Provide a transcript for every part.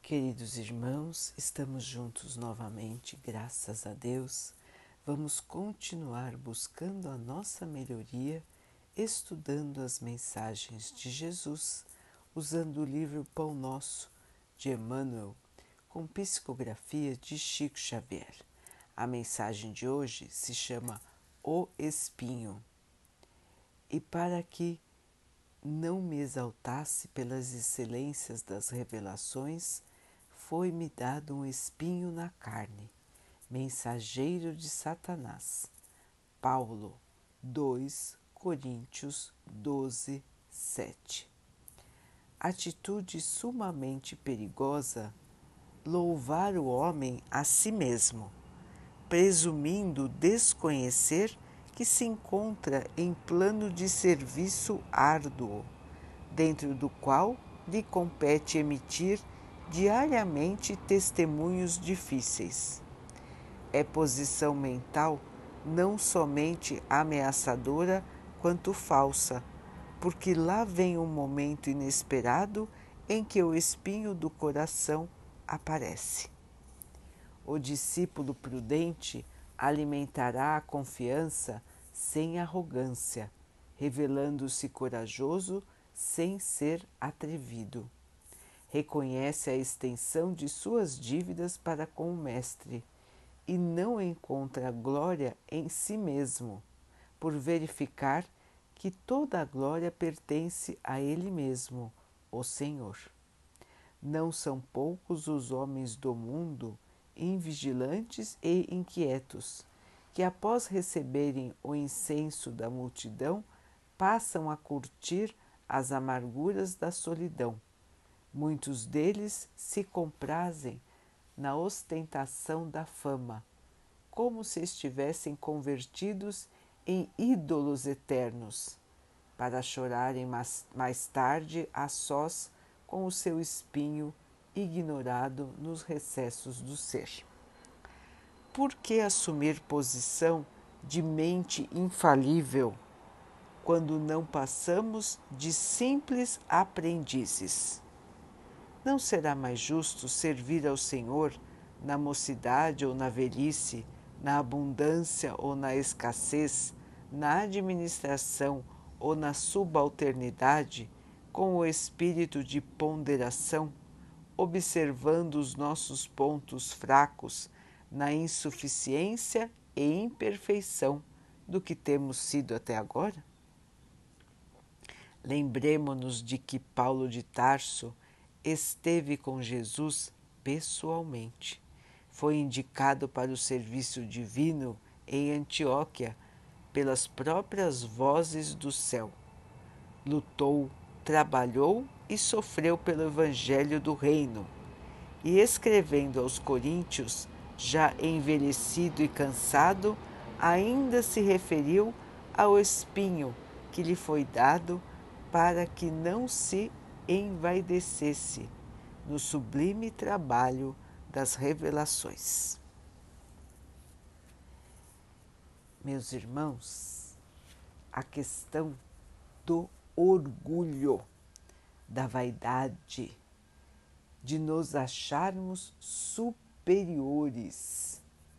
Queridos irmãos, estamos juntos novamente, graças a Deus. Vamos continuar buscando a nossa melhoria, estudando as mensagens de Jesus, usando o livro Pão Nosso, de Emmanuel, com psicografia de Chico Xavier. A mensagem de hoje se chama O Espinho. E para que não me exaltasse pelas excelências das revelações, foi-me dado um espinho na carne, mensageiro de Satanás. Paulo 2 Coríntios 12, 7. Atitude sumamente perigosa, louvar o homem a si mesmo, presumindo desconhecer que se encontra em plano de serviço árduo, dentro do qual lhe compete emitir diariamente testemunhos difíceis. É posição mental não somente ameaçadora quanto falsa, porque lá vem um momento inesperado em que o espinho do coração aparece. O discípulo prudente alimentará a confiança sem arrogância, revelando-se corajoso sem ser atrevido. Reconhece a extensão de suas dívidas para com o Mestre e não encontra glória em si mesmo, por verificar que toda a glória pertence a Ele mesmo, o Senhor. Não são poucos os homens do mundo, invigilantes e inquietos, que após receberem o incenso da multidão, passam a curtir as amarguras da solidão. Muitos deles se comprazem na ostentação da fama, como se estivessem convertidos em ídolos eternos, para chorarem mais tarde a sós com o seu espinho ignorado nos recessos do ser. Por que assumir posição de mente infalível quando não passamos de simples aprendizes? Não será mais justo servir ao Senhor na mocidade ou na velhice, na abundância ou na escassez, na administração ou na subalternidade, com o espírito de ponderação, observando os nossos pontos fracos na insuficiência e imperfeição do que temos sido até agora? Lembremo-nos de que Paulo de Tarso esteve com Jesus pessoalmente. Foi indicado para o serviço divino em Antioquia pelas próprias vozes do céu. Lutou, trabalhou e sofreu pelo Evangelho do Reino. E escrevendo aos Coríntios, já envelhecido e cansado, ainda se referiu ao espinho que lhe foi dado para que não se envaidecesse no sublime trabalho das revelações. Meus irmãos, a questão do orgulho, da vaidade, de nos acharmos superiores.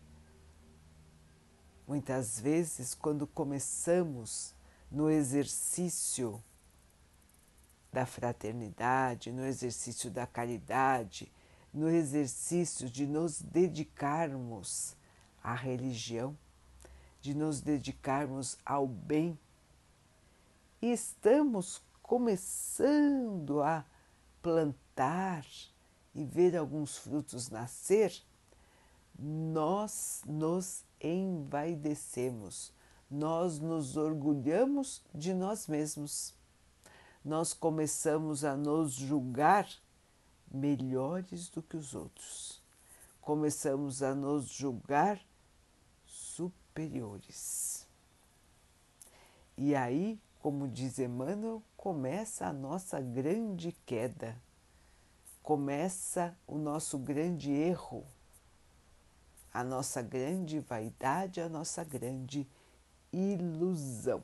Muitas vezes, quando começamos no exercício da fraternidade, no exercício da caridade, no exercício de nos dedicarmos à religião, de nos dedicarmos ao bem, e estamos começando a plantar e ver alguns frutos nascer, nós nos envaidecemos, nós nos orgulhamos de nós mesmos. Nós começamos a nos julgar melhores do que os outros. Começamos a nos julgar superiores. E aí, como diz Emmanuel, começa a nossa grande queda, começa o nosso grande erro, a nossa grande vaidade, a nossa grande ilusão.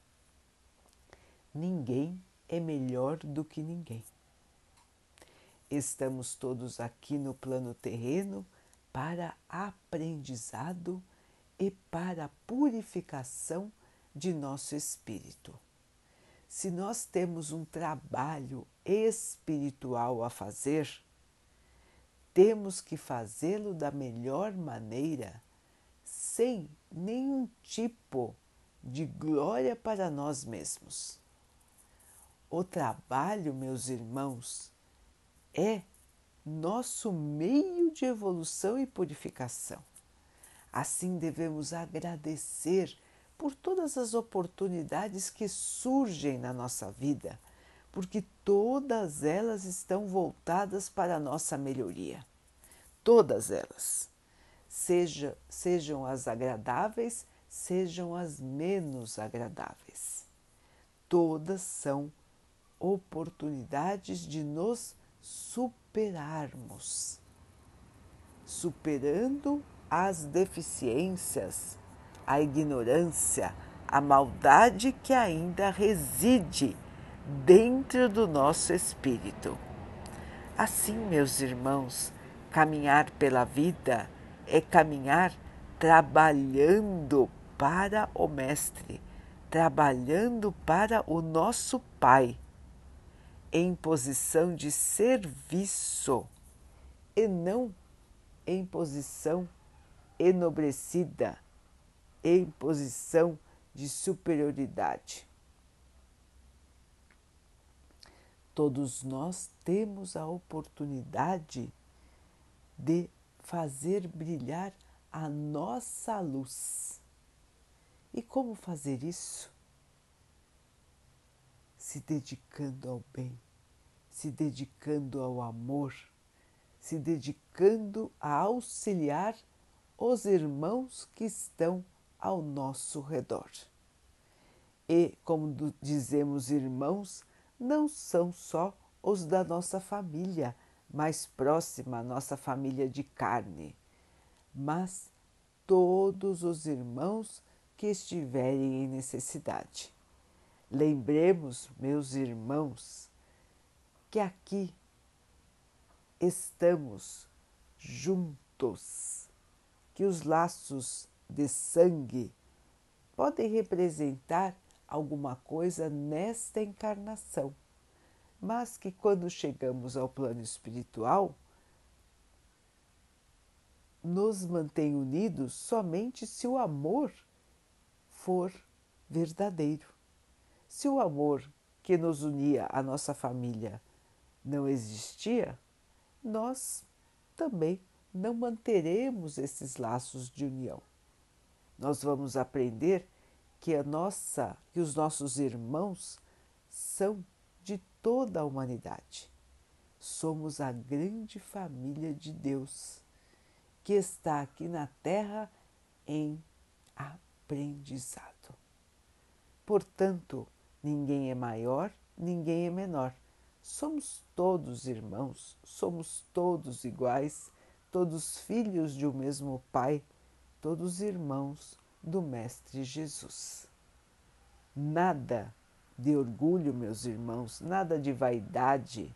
Ninguém é melhor do que ninguém. Estamos todos aqui no plano terreno para aprendizado e para a purificação de nosso espírito. Se nós temos um trabalho espiritual a fazer, temos que fazê-lo da melhor maneira, sem nenhum tipo de glória para nós mesmos. O trabalho, meus irmãos, é nosso meio de evolução e purificação. Assim devemos agradecer por todas as oportunidades que surgem na nossa vida, porque todas elas estão voltadas para a nossa melhoria. Todas elas. Sejam as agradáveis, sejam as menos agradáveis. Todas são oportunidades de nos superarmos, superando as deficiências, a ignorância, a maldade que ainda reside dentro do nosso espírito. Assim, meus irmãos, caminhar pela vida é caminhar trabalhando para o Mestre, trabalhando para o nosso Pai, em posição de serviço e não em posição enobrecida, em posição de superioridade. Todos nós temos a oportunidade de fazer brilhar a nossa luz. E como fazer isso? Se dedicando ao bem, se dedicando ao amor, se dedicando a auxiliar os irmãos que estão ao nosso redor. E, como dizemos irmãos, não são só os da nossa família mais próxima, a nossa família de carne, mas todos os irmãos que estiverem em necessidade. Lembremos, meus irmãos, que aqui estamos juntos, que os laços de sangue podem representar alguma coisa nesta encarnação, mas que quando chegamos ao plano espiritual, nos mantém unidos somente se o amor for verdadeiro. Se o amor que nos unia à nossa família não existia, nós também não manteremos esses laços de união. Nós vamos aprender que os nossos irmãos são de toda a humanidade. Somos a grande família de Deus, que está aqui na Terra em aprendizado. Portanto, ninguém é maior, ninguém é menor. Somos todos irmãos, somos todos iguais, todos filhos de um mesmo Pai, todos irmãos do Mestre Jesus. Nada de orgulho, meus irmãos, nada de vaidade,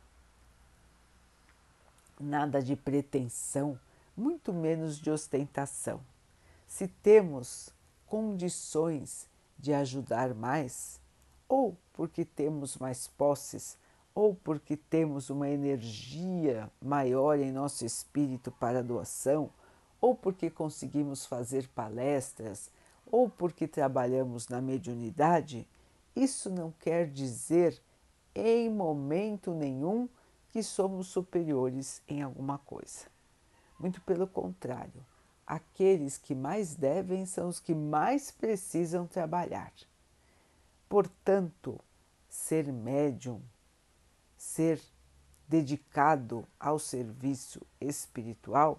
nada de pretensão, muito menos de ostentação. Se temos condições de ajudar mais, ou porque temos mais posses, ou porque temos uma energia maior em nosso espírito para a doação, ou porque conseguimos fazer palestras, ou porque trabalhamos na mediunidade, isso não quer dizer em momento nenhum que somos superiores em alguma coisa. Muito pelo contrário, aqueles que mais devem são os que mais precisam trabalhar. Portanto, ser médium, ser dedicado ao serviço espiritual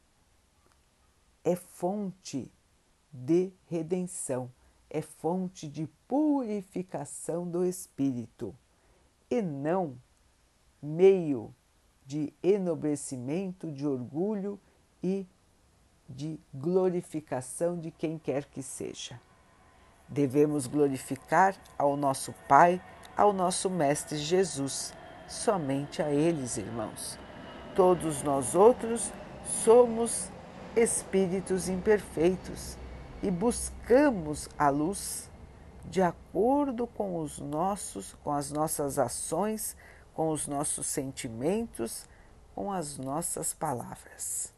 é fonte de redenção, é fonte de purificação do espírito e não meio de enobrecimento, de orgulho e de glorificação de quem quer que seja. Devemos glorificar ao nosso Pai, ao nosso Mestre Jesus, somente a eles, irmãos. Todos nós outros somos espíritos imperfeitos e buscamos a luz de acordo com com as nossas ações, com os nossos sentimentos, com as nossas palavras.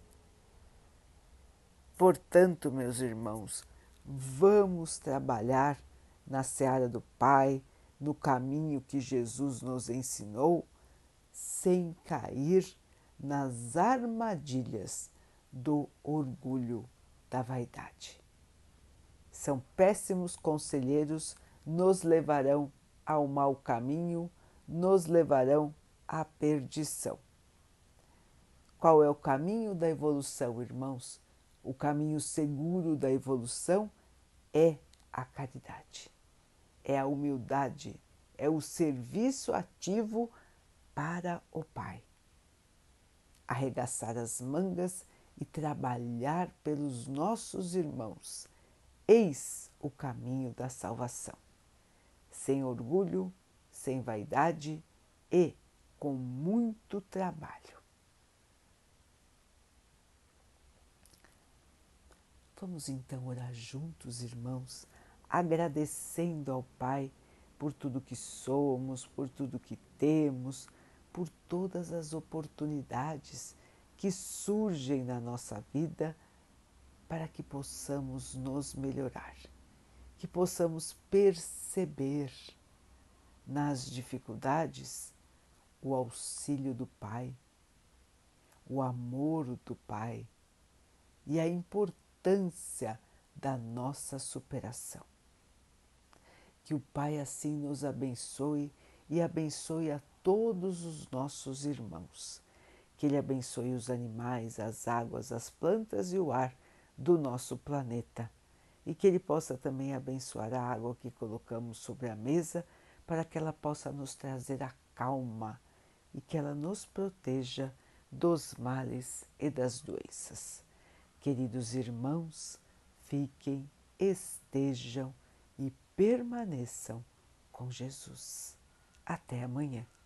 Portanto, meus irmãos, vamos trabalhar na seara do Pai, no caminho que Jesus nos ensinou, sem cair nas armadilhas do orgulho, da vaidade. São péssimos conselheiros, nos levarão ao mau caminho, nos levarão à perdição. Qual é o caminho da evolução, irmãos? O caminho seguro da evolução é a caridade, é a humildade, é o serviço ativo para o Pai. Arregaçar as mangas e trabalhar pelos nossos irmãos. Eis o caminho da salvação. Sem orgulho, sem vaidade e com muito trabalho. Vamos então orar juntos, irmãos, agradecendo ao Pai por tudo que somos, por tudo que temos, por todas as oportunidades que surgem na nossa vida para que possamos nos melhorar, que possamos perceber nas dificuldades o auxílio do Pai, o amor do Pai e a importância da nossa superação. Que o Pai assim nos abençoe e abençoe a todos os nossos irmãos. Que Ele abençoe os animais, as águas, as plantas e o ar do nosso planeta. E que Ele possa também abençoar a água que colocamos sobre a mesa para que ela possa nos trazer a calma e que ela nos proteja dos males e das doenças. Queridos irmãos, fiquem, estejam e permaneçam com Jesus. Até amanhã.